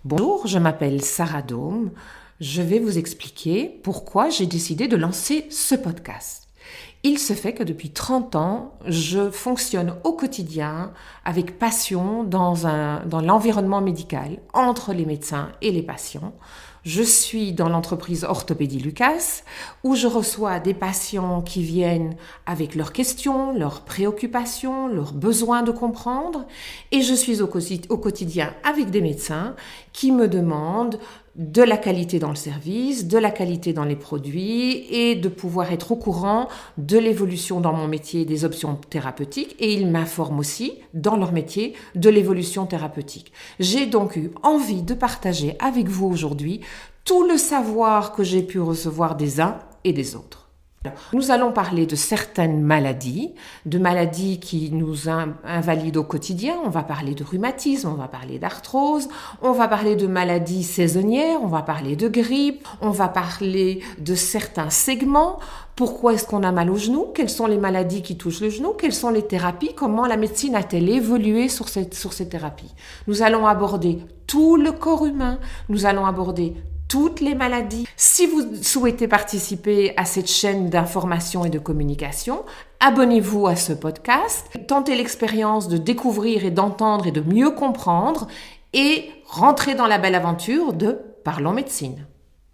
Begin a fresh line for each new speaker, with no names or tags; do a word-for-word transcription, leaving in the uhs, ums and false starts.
Bonjour, je m'appelle Sarah Dôme. Je vais vous expliquer pourquoi j'ai décidé de lancer ce podcast. Il se fait que depuis trente ans, je fonctionne au quotidien avec passion dans, un, dans l'environnement médical, entre les médecins et les patients. Je suis dans l'entreprise Orthopédie Lucas, où je reçois des patients qui viennent avec leurs questions, leurs préoccupations, leurs besoins de comprendre. Et je suis au, au quotidien avec des médecins qui me demandent de la qualité dans le service, de la qualité dans les produits et de pouvoir être au courant de l'évolution dans mon métier des options thérapeutiques, et ils m'informent aussi dans leur métier de l'évolution thérapeutique. J'ai donc eu envie de partager avec vous aujourd'hui tout le savoir que j'ai pu recevoir des uns et des autres. Nous allons parler de certaines maladies, de maladies qui nous invalident au quotidien. On va parler de rhumatisme, on va parler d'arthrose, on va parler de maladies saisonnières, on va parler de grippe, on va parler de certains segments. Pourquoi est-ce qu'on a mal au genou? Quelles sont les maladies qui touchent le genou? Quelles sont les thérapies? Comment la médecine a-t-elle évolué sur cette, sur ces thérapies? Nous allons aborder tout le corps humain, nous allons aborder toutes les maladies. Si vous souhaitez participer à cette chaîne d'information et de communication, abonnez-vous à ce podcast, tentez l'expérience de découvrir et d'entendre et de mieux comprendre et rentrez dans la belle aventure de Parlons Médecine.